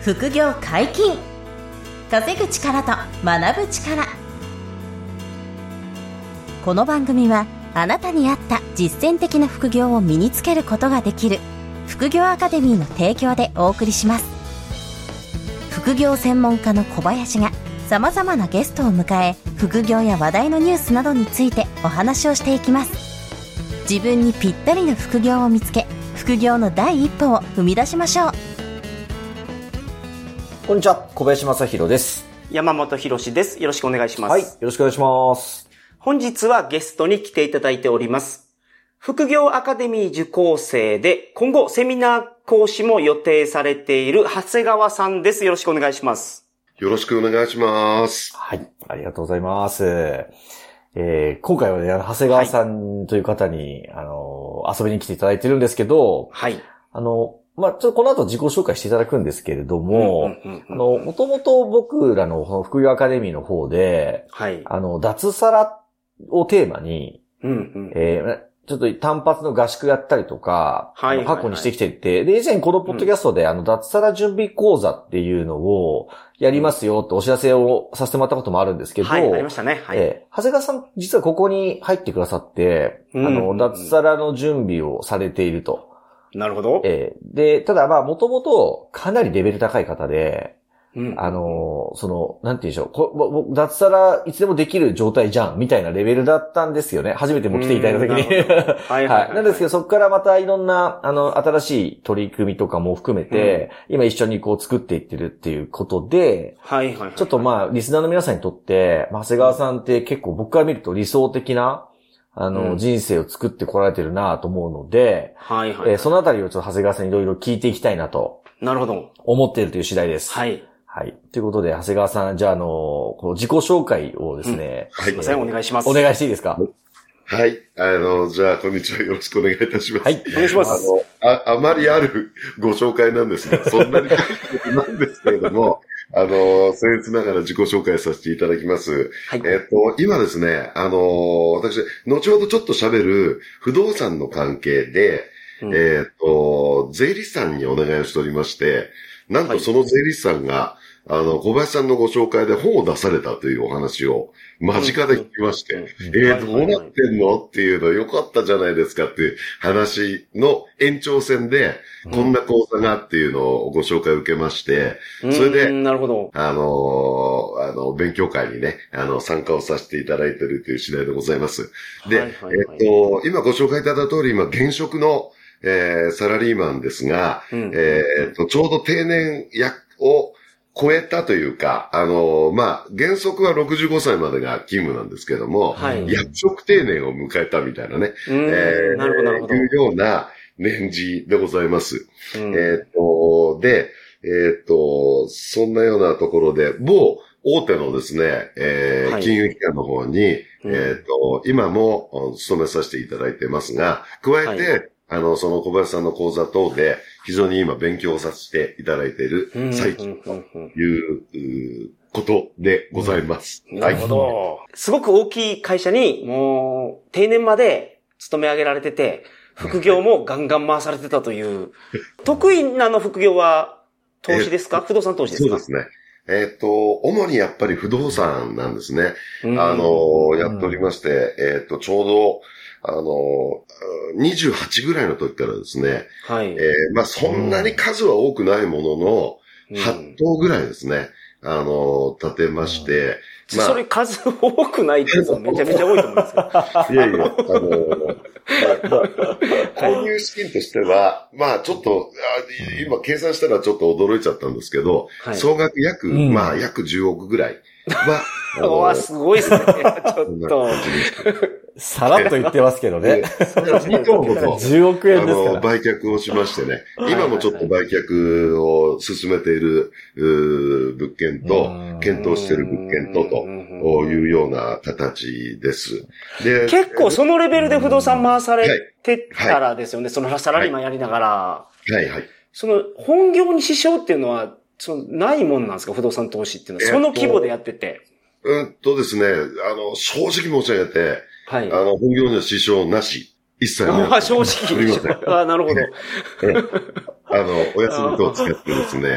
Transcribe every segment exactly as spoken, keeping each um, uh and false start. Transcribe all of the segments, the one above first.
副業解禁。稼ぐ力と学ぶ力。この番組はあなたに合った実践的な副業を身につけることができる副業アカデミーの提供でお送りします。副業専門家の小林がさまざまなゲストを迎え、副業や話題のニュースなどについてお話をしていきます。自分にぴったりの副業を見つけ、副業の第一歩を踏み出しましょう。 こんにちは、小林正弘です。 山本博です。よろしくお願いします。 はい、よろしくお願いします。 本日はゲストに来ていただいております。副業アカデミー受講生で、今後セミナー講師も予定されている長谷川さんです。よろしくお願いします。 よろしくお願いします。 はい、ありがとうございます。えー、今回はね、長谷川さんという方に、はい、あの、遊びに来ていただいてるんですけど、 はい。 あの、まあ、ちょっとこの後自己紹介していただくんですけれども、あの、もともと僕らの副業アカデミーの方で、 はい。 あの、脱サラをテーマに、 うんうん、 えー、ちょっと単発の合宿やったりとか、 はいはいはい、 過去にしてきてて、で、以前このポッドキャストで、うん、あの、脱サラ準備講座っていうのをやりますよってお知らせをさせてもらったこともあるんですけど、 はい、ありましたね。はい。 えー、長谷川さん、実はここに入ってくださって、うん、あの、脱サラの準備をされていると。 なるほど。 えー、で、ただまあ、もともとかなりレベル高い方で、 うん、 あの、その、なんて言うんでしょう、こ脱サラいつでもできる状態じゃん、みたいなレベルだったんですよね。初めても来ていただいた時に。はいはい、はい。なんですけど、そこからまたいろんな、あの、新しい取り組みとかも含めて、うん、今一緒にこう作っていってるっていうことで、 はいはいはいはい、 ちょっとまあ、リスナーの皆さんにとって、長谷川さんって結構僕から見ると理想的な、あの、うん、人生を作ってこられてるなと思うので、 はいはい、はい、 えー、そのあたりをちょっと長谷川さんにいろいろ聞いていきたいなと。 なるほど。 思っているという次第です。 はい。 はい。ということで、長谷川さん、じゃあ、あの、この自己紹介をですね。 うん、はい。すいません、お願いします。 お願いしていいですか？ はい。あの、じゃあ、こんにちは。よろしくお願いいたします。 はい。 お願いします。 あの、あ、あまりあるご紹介なんですが、そんなになんですけれども、あの、僭越ながら自己紹介させていただきます。はい。えっと、今ですね、あの、私、後ほどちょっと喋る不動産の関係で、うん、えっと、税理士さんにお願いをしておりまして、なんとその税理士さんが、はい、あの、小林さんのご紹介で本を出されたというお話を間近で聞きまして、うんうん、えー、どうなってんのっていうのよかったじゃないですかっていう話の延長線で、こんな講座がっていうのをご紹介を受けまして、 うん、 それで、 なるほど。 あの、あの、勉強会にね、あの、参加をさせていただいているという次第でございます。で、はいはいはい、えっと、今ご紹介いただいた通り、今、現職のえー、サラリーマンですが、うん、えー、と、ちょうど定年やを超えたというか、あのー、まあ、原則はろくじゅうごさいまでが勤務なんですけども、はい、役職定年を迎えたみたいなね、 うん、えー、なるほど、なるほど。 いうような年次でございます。うん、えっと、で、えっと、そんなようなところで、某大手のですね、えーはい、金融機関の方に、うん、えっと、今も勤めさせていただいてますが、加えて、はい、あの、その小林さんの講座等で非常に今勉強させていただいている最中ということでございます。 なるほど。すごく大きい会社にもう定年まで勤め上げられてて、副業もガンガン回されてたという。得意なの副業は投資ですか？不動産投資ですか？ そうですね。えっと、主にやっぱり不動産なんですね。あの、やっておりまして、えっと、ちょうど、あの、にじゅうはちぐらいの時からですね。 はい。 えー、まあ、そんなに数は多くないものの、うん、はち棟ぐらいですね。あの、建てまして、 うん、まあ。それ数多くないっていうのはめちゃめちゃ多いと思うんですよ。 いやいや、あの、まあ、購入資金としては、まあ、ちょっと、今計算したらちょっと驚いちゃったんですけど、はい、総額約、うん、まあ、約じゅうおくぐらいは、 うわ、すごいですね。ちょっと。 さらっと言ってますけどね。 に棟ほど。 じゅうおくえんですから。 あの、売却をしましてね。今もちょっと売却を進めている、物件と、検討している物件と、というような形です。 で、結構そのレベルで不動産回されてたらですよね。そのサラリーマンやりながら。 はいはい。 その本業に支障っていうのは、そのないもんなんですか？不動産投資っていうのは。その規模でやってて。 うんとですね、あの、正直申し上げて、はい。あの、本業には支障なし。一切ない。 ああ、正直。ああ、なるほど。 あの、お休み等を使ってですね、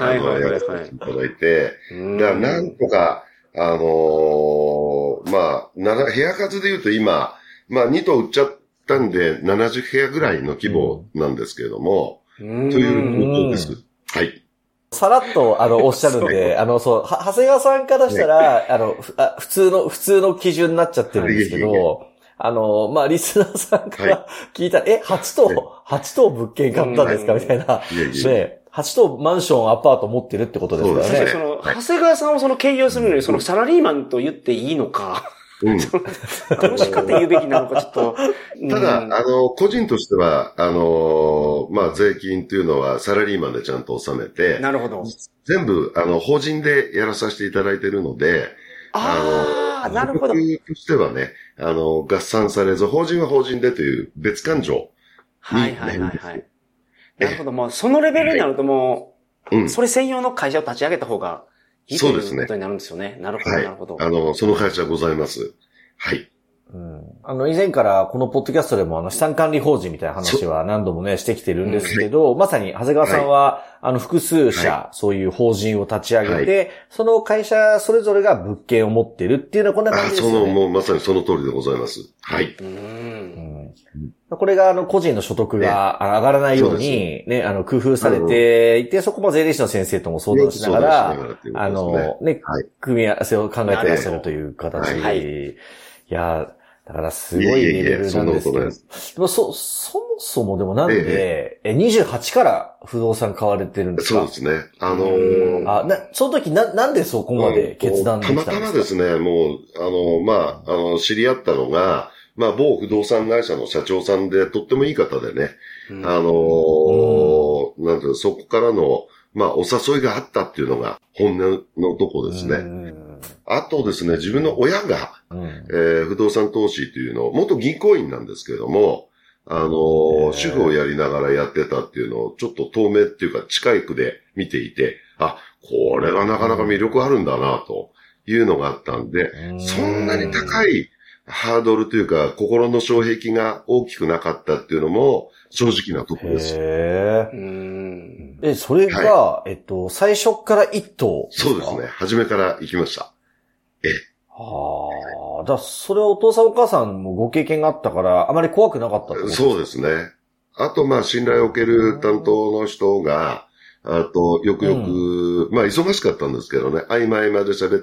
あの、やらせていただいて、だからなんとか、あのー、まあ、部屋数で言うと今、まあに棟売っちゃったんで、ななじゅう部屋ぐらいの規模なんですけれども、ということです。はい。 さらっと、あの、おっしゃるんで、あの、そう、は、長谷川さんからしたら、ね、あのあ、普通の、普通の基準になっちゃってるんですけど、あの、まあ、リスナーさんから聞いたら、はい、え、はち棟、はち棟物件買ったんですかみたいな。ね、はち棟マンション、アパート持ってるってことですからね。 その、長谷川さんをその経営するのに、そのサラリーマンと言っていいのか。うん。投資家って言うべきなのか、ちょっと。 ただ、あの、個人としては、あの、まあ、税金っていうのはサラリーマンでちゃんと納めて。 なるほど。 全部、あの、法人でやらさせていただいているので、 ああ、なるほど。 僕としてはね、あの、合算されず、法人は法人でという別勘定に。 はいはいはいはい。なるほど。もう、そのレベルになるともう、うん、それ専用の会社を立ち上げた方がいいということになるんですよね。なるほど、なるほど。 あの、その会社ございます。はい。 うん、あの、以前からこのポッドキャストでもあの資産管理法人みたいな話は何度もね、してきてるんですけど、まさに長谷川さんは、はい、あの、複数社、はい、そういう法人を立ち上げて、はい、その会社それぞれが物件を持ってるっていうのはこんな感じですよね。 あ、その、もうまさにその通りでございます。はい。 うんうんこれが、あの、個人の所得が上がらないように、ね、あの、工夫されていて、そこも税理士の先生とも相談しながら、あの、ね、組み合わせを考えていらっしゃるという形。はい。いや、だからすごいレベルなんですけど。でもそ、そもそもでもなんで、ええ、にじゅうはちから不動産買われてるんですか？ そうですね。あのー、 あ、な、その時な、なんでそこまで決断できたんですか？ たまたまですね、もう、あの、まあ、あの、知り合ったのが、まあ、某不動産会社の社長さんで、とってもいい方でね、うん、あのー、なんていうの、そこからの、まあ、お誘いがあったっていうのが本音のとこですね。あとですね、自分の親が、うん、えー、不動産投資っていうのを、元銀行員なんですけれども、あのー、主婦をやりながらやってたっていうのを、ちょっと遠目っていうか近い区で見ていて、あ、これはなかなか魅力あるんだな、というのがあったんで、そんなに高いハードルというか、心の障壁が大きくなかったっていうのも、正直なところです。 へー。え、それが、はい、えっと、最初から一棟ですか？ そうですね。初めから行きました。ええ。 はあ。だそれはお父さんお母さんもご経験があったから、あまり怖くなかったってことですか？ そうですね。あと、まあ、信頼を受ける担当の人が、あと、よくよく、うん、まあ、忙しかったんですけどね、合間合間で喋って、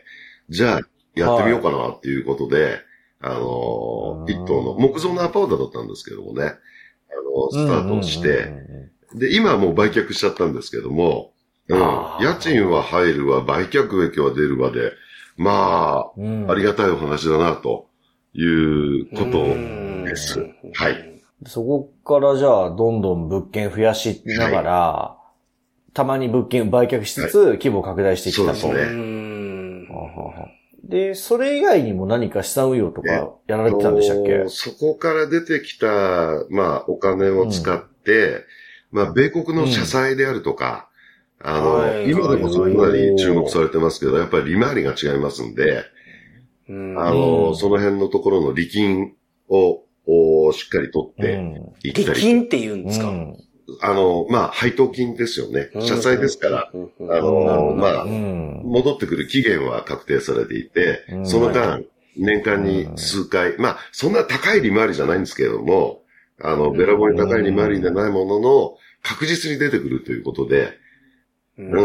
じゃあ、やってみようかなっていうことで、はい、あの、一棟の木造のアパートだったんですけどもね、あの、スタートして、で、今はもう売却しちゃったんですけども、うん、家賃は入るわ、売却益は出るわで、まあ、うん、ありがたいお話だな、ということです。はい。 そこからじゃあ、どんどん物件増やしながら、はい、たまに物件売却しつつ、はい、規模を拡大してきたと。 そうですね。 で、それ以外にも何か資産運用とかやられてたんでしたっけ？ そこから出てきた、まあ、お金を使って、うん、まあ、米国の社債であるとか、うん、あの、はい、今でもそんなに注目されてますけど、やっぱり利回りが違いますんで、うん、あの、その辺のところの利金を、をしっかり取っていったり、うん。 利金って言うんですか？うん、 あの、まあ、配当金ですよね。社債ですから、うん、あの、まあ、うん、戻ってくる期限は確定されていて、うん、その間、年間に数回、うん、まあ、そんな高い利回りじゃないんですけれども、あの、べらぼうに高い利回りでないものの、確実に出てくるということで、うん。うん、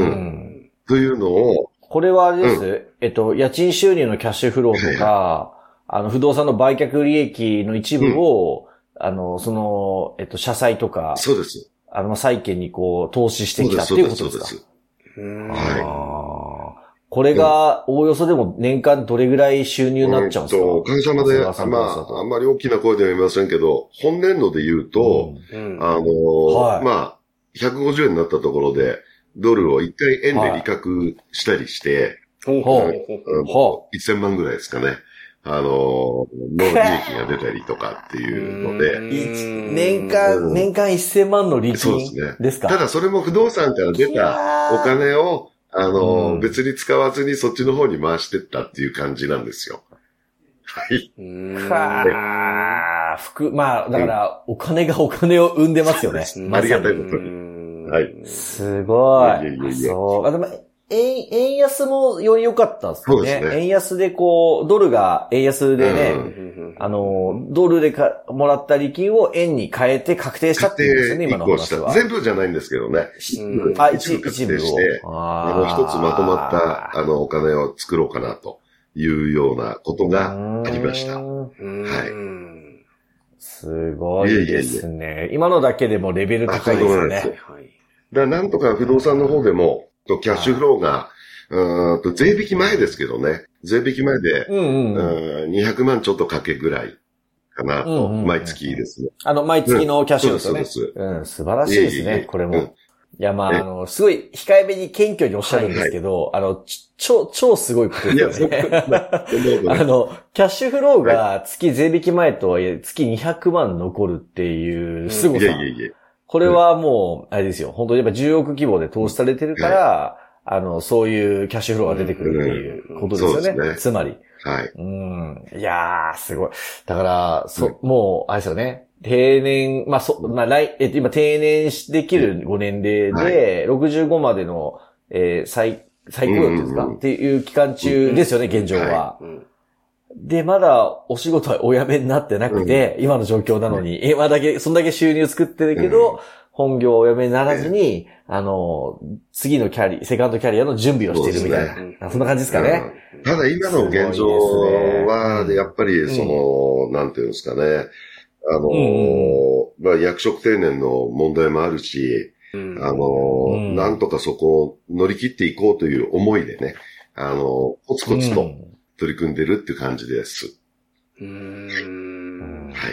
というのを、 これはあれです、うん、えっと、家賃収入のキャッシュフローとか、あの、不動産の売却利益の一部を、うん、あの、その、えっと、社債とか、 そうです。 あの、債券にこう、投資してきたっていうことですか？ そうです、そうです。はい。 これが、おおよそでも年間どれぐらい収入になっちゃうんですか？ うん、会社まで、まあ、あんまり大きな声では言いませんけど、本年度で言うと、うん、あの、はい、まあ、ひゃくごじゅうえんになったところで、ドルを一回円で利確したりして、はい、ほう。せんまんぐらいですかね。あの、の利益が出たりとかっていうので。 年間、うん、年間せんまんの利金ですか？そうですね。 ただそれも不動産から出たお金を、あの、うん、別に使わずにそっちの方に回してったっていう感じなんですよ。はい。 はぁ、ふく、まあ、だから、お金がお金を生んでますよね。 ありがたいことに。 はい。 すごい。いやいやいやいやそう。あ、でも円、円安もより良かったですね。そうですね。円安でこう、ドルが円安でね、うん、あの、ドルでかもらった利金を円に変えて確定したっていうんですよね、今の話は。 全部じゃないんですけどね。 うん、あ、一部確定して、 あの、一つまとまった、あの、お金を作ろうかなというようなことがありました。はい。 すごいですね。いやいやいや今のだけでもレベル高いですよね。だからなんとか不動産の方でも、キャッシュフローが、うんと税引き前ですけどね。税引き前で、うんうんうん、にひゃくまんちょっとかけぐらいかなと、うんうんうん、毎月ですね。 あの、毎月のキャッシュですよね。うん、そうです。うん、素晴らしいですね、いえいえいえこれも。うん、いや、まあ、あの、すごい控えめに謙虚におっしゃるんですけど、はいはい、あの、超、超すごいことですよね。あの、キャッシュフローが月税引き前とはいえ、月にひゃくまん残るっていう凄さ。いやいやいやこれはもう、あれですよ。本当にやっぱじゅうおく規模で投資されてるから、はい、あの、そういうキャッシュフローが出てくるっていうことですよね。うんうん、そうですね。つまり。 はい。 うん。いやー、すごい。だから、そ、うん、もう、あれですよね。定年、まあ、そ、まあ、来、えっと、今定年できるご年齢で、はい、ろくじゅうごまでの、えー、最、最高齢っていうんですか、うんうん、っていう期間中ですよね、現状は。はいで、まだお仕事はお辞めになってなくて、うん、今の状況なのに、今だけ、そんだけ収入作ってるけど、うん、本業をお辞めにならずに、うん、あの、次のキャリ、セカンドキャリアの準備をしているみたいな。そ,、ね、そんな感じですかね。 うん、ただ今の現状は、ね、やっぱり、その、うん、なんていうんですかね、あの、うん、まあ、役職定年の問題もあるし、うん、あの、うん、なんとかそこを乗り切っていこうという思いでね、あの、コツコツと、うん取り組んでるっていう感じです。うーんはい。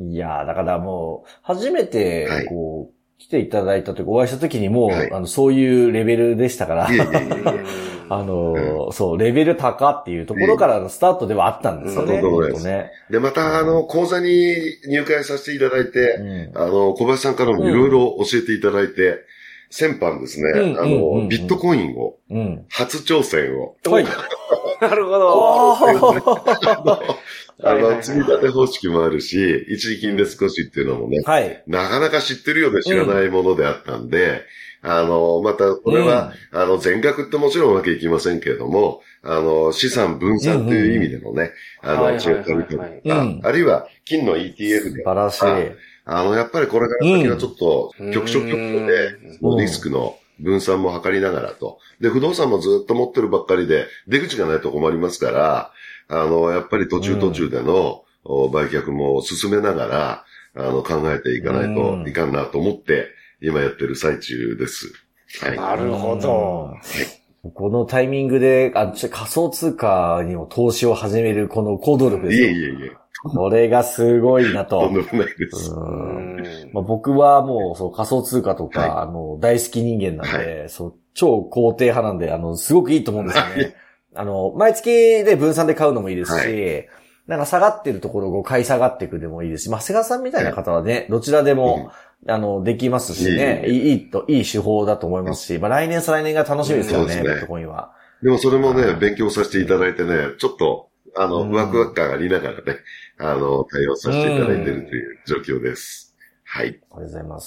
いやー、だからもう、初めて、こう、はい、来ていただいたというか、お会いした時にもう、はい、あの、そういうレベルでしたから、いやいやいやいやあの、うん、そう、レベル高っていうところからのスタートではあったんですよね。 そうですね。で、また、あの、講座に入会させていただいて、うん、あの、小林さんからもいろいろ教えていただいて、うん先般ですね、うん、あの、うんうんうん、ビットコインを、うん、初挑戦を。 はい。なるほど。 あの、積み立て方式もあるし、一時金で少しっていうのもね、はい、なかなか知ってるようで知らないものであったんで、うん、あの、また、これは、うん、あの、全額ってもちろんわけいきませんけれども、あの、資産分散という意味でのね、うんうん、あの、チェートリトリとか、あるいは、金の イーティーエフ で。 素晴らしい。 あの、やっぱりこれから先はちょっと、局所局所で、リスクの分散も図りながらと。で、不動産もずっと持ってるばっかりで、出口がないと困りますから、あの、やっぱり途中途中での売却も進めながら、あの、考えていかないといかんなと思って、今やってる最中です。 はい。なるほど。はい。 このタイミングで、あ、仮想通貨にも投資を始めるこの行動力ですよ。 いえいえいえ。 これがすごいなと。 とんでもないです。 まあ、僕はもうそう仮想通貨とか、はい、あの大好き人間なんで、はい、そう超肯定派なんで、あのすごくいいと思うんですよね。はい、あの毎月で分散で買うのもいいですし、はい、なんか下がってるところを買い下がっていくでもいいですし、まあ、瀬川さんみたいな方はね、はい、どちらでも、うん、あのできますしね、いい、いいといい手法だと思いますし、まあ来年再来年が楽しみですよね、ビットコインは。 でもそれもね、勉強させていただいてね、ちょっとあの、うん、ワクワク感がありながらね、あの、対応させていただいているという状況です。はい。ありがとうございます。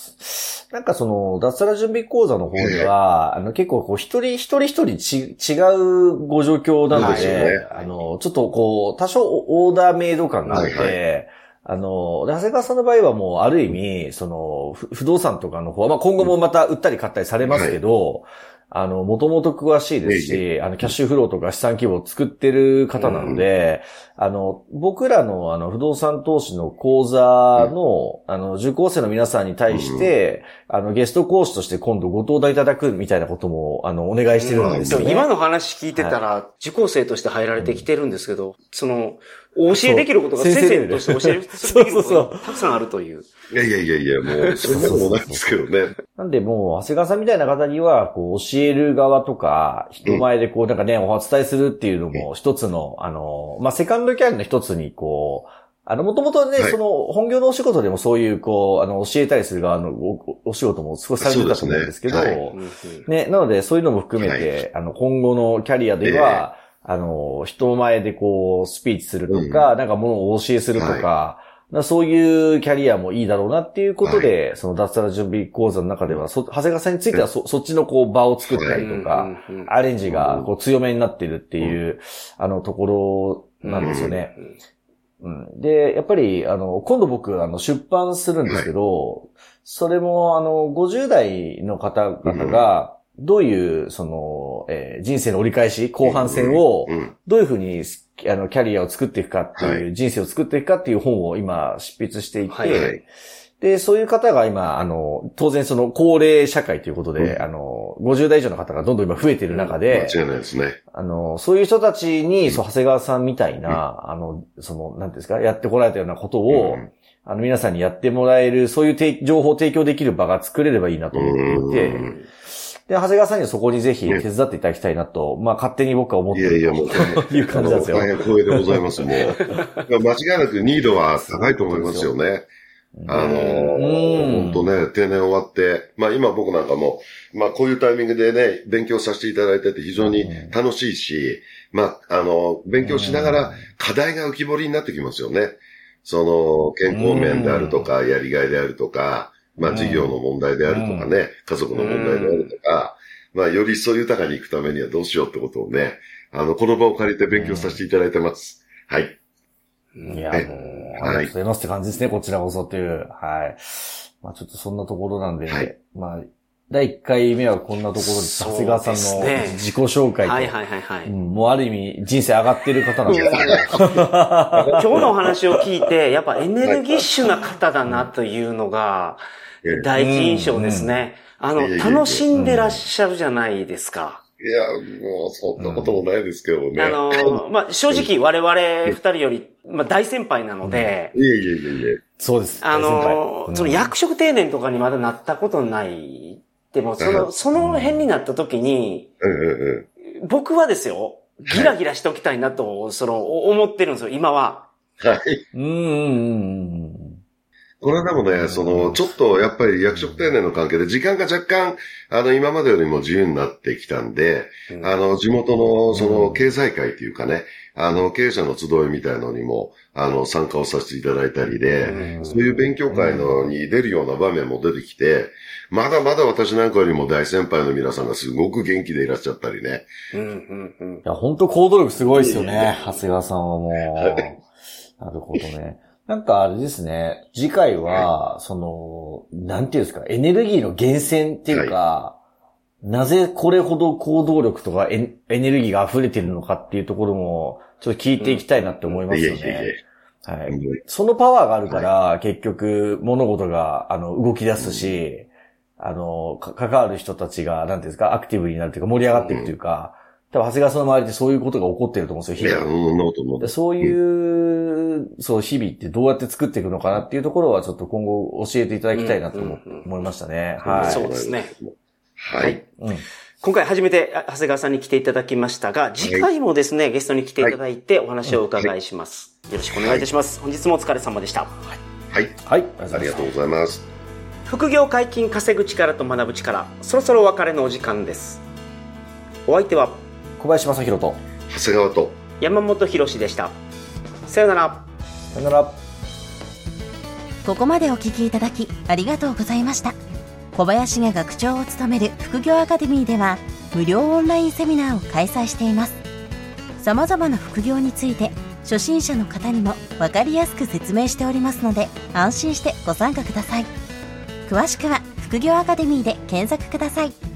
なんかその、脱サラ準備講座の方では、あの、結構こう、一人一人一人ち違うご状況なので、ね、あの、ちょっとこう、多少オーダーメイド感があって、はいはい、あの、長谷川さんの場合はもう、ある意味、その、不動産とかの方は、まあ、今後もまた売ったり買ったりされますけど、はいあの、もともと詳しいですし、あの、キャッシュフローとか資産規模を作ってる方なので、うん、あの、僕らのあの、不動産投資の講座の、うん、あの、受講生の皆さんに対して、うん、あの、ゲスト講師として今度ご登壇いただくみたいなことも、あの、お願いしてるんですよね。 うん、今の話聞いてたら、はい、受講生として入られてきてるんですけど、その、お教えできることが先生として教えることがたくさんあるという。 いやいやいやいや、もう、そんなことないですけどね。 なんでもう、長谷川さんみたいな方には、こう、教える側とか、人前でこう、なんかね、お伝えするっていうのも一つの、あの、まあ、セカンドキャリアの一つに、こう、あの、もともとね、はい、その、本業のお仕事でもそういう、こう、あの、教えたりする側のお、お仕事も少しされてたと思うんですけど、ね、はい、ね、なので、そういうのも含めて、はい、あの、今後のキャリアでは、えーあの、人前でこう、スピーチするとか、うん、なんかものをお教えするとか、はい、 そういうキャリアもいいだろうなっていうことで、はい、その脱サラ準備講座の中では、そ長谷川さんについてはそ、そっちのこう場を作ったりとか、アレンジがこう強めになってるっていう、あのところなんですよね。うん、で、やっぱり、あの、今度僕、あの、出版するんですけど、はい、それも、あの、ごじゅう代の方々が、どういう、その、えー、人生の折り返し、後半戦を、どういうふうに、あの、キャリアを作っていくかっていう、はい、人生を作っていくかっていう本を今、執筆していて、はいはい、で、そういう方が今、あの、当然その、高齢社会ということで、うん、あの、ごじゅう代以上の方がどんどん今増えている中で、 間違いないですね。 あの、そういう人たちに、そう、長谷川さんみたいな、うん、あの、その、なんていうんですか、やってこられたようなことを、うん、あの、皆さんにやってもらえる、そういう情報を提供できる場が作れればいいなと思っていて、うんで、長谷川さんにはそこにぜひ手伝っていただきたいなと、ね、まあ勝手に僕は思っているといやいやもういう感じなんですよ。 大変光栄でございます、もう。間違いなくニードは高いと思いますよね。あのー、本当ね、定年終わって、まあ今僕なんかも、まあこういうタイミングでね、勉強させていただいてて非常に楽しいし、まあ、あの、勉強しながら課題が浮き彫りになってきますよね。その、健康面であるとか、やりがいであるとか、まあ、事業の問題であるとかね、家族の問題であるとか、まあ、より一層豊かに行くためにはどうしようってことをね、あの、この場を借りて勉強させていただいてます。はい。 いや、もう、ありがとうございますって感じですね、こちらこそっていう。はい。まあ、ちょっとそんなところなんで、はい、まあ、だいいっかいめはこんなところで、長谷川さんの自己紹介と、 はいはいはいはい、 うん。もうある意味人生上がってる方なんですけど。 今日のお話を聞いて、やっぱエネルギッシュな方だなというのが、第一印象ですね。あの、楽しんでらっしゃるじゃないですか。 いや、もうそんなこともないですけどね。 あの、まあ、正直我々二人より、まあ、大先輩なので。 いえいえいえいえ。 そうです。 あの、その役職定年とかにまだなったことない。でも、その、その辺になった時に、僕はですよ、ギラギラしておきたいなと、その、思ってるんですよ、今は。 はい。 うん。 これでもね、その、ちょっとやっぱり役職定年の関係で時間が若干、あの、今までよりも自由になってきたんで、うん、あの、地元の、その、経済界っていうかね、あの、経営者の集いみたいのにも、あの、参加をさせていただいたりで、うん、そういう勉強会のに出るような場面も出てきて、まだまだ私なんかよりも大先輩の皆さんがすごく元気でいらっしゃったりね。 うんうんうん、いや、本当行動力すごいですよね、長谷川さんはもう。はい、なるほどね。なんかあれですね、次回は、はい、その、なんていうんですか、エネルギーの源泉っていうか、はい、なぜこれほど行動力とかエネルギーが溢れてるのかっていうところも、ちょっと聞いていきたいなって思いますよね。うん、いえいえいえはい。そのパワーがあるから、はい、結局、物事が、あの、動き出すし、うん、あの、関わる人たちが、なんていうんですか、アクティブになるというか、盛り上がっていくというか、うん、多分、長谷川さんの周りでそういうことが起こってると思うんですよ、日々。いや、 そんなこと思う。 そういう、うん、そう、日々ってどうやって作っていくのかなっていうところは、ちょっと今後教えていただきたいなと思いましたね。 うんうんうん、はい。そうですね。 はい。 うん今回初めて長谷川さんに来ていただきましたが、次回もですね、はい、ゲストに来ていただいてお話をお伺いします。はい、よろしくお願いいたします。はい、本日もお疲れ様でした。はい。 はい。はい、ありがとうございます。 副業解禁稼ぐ力と学ぶ力、そろそろお別れのお時間です。お相手は小林正弘と長谷川と山本博史でした。さよなら。 さよなら。 ここまでお聞きいただきありがとうございました。小林が学長を務める副業アカデミーでは無料オンラインセミナーを開催しています。様々な副業について初心者の方にも分かりやすく説明しておりますので安心してご参加ください。詳しくは副業アカデミーで検索ください。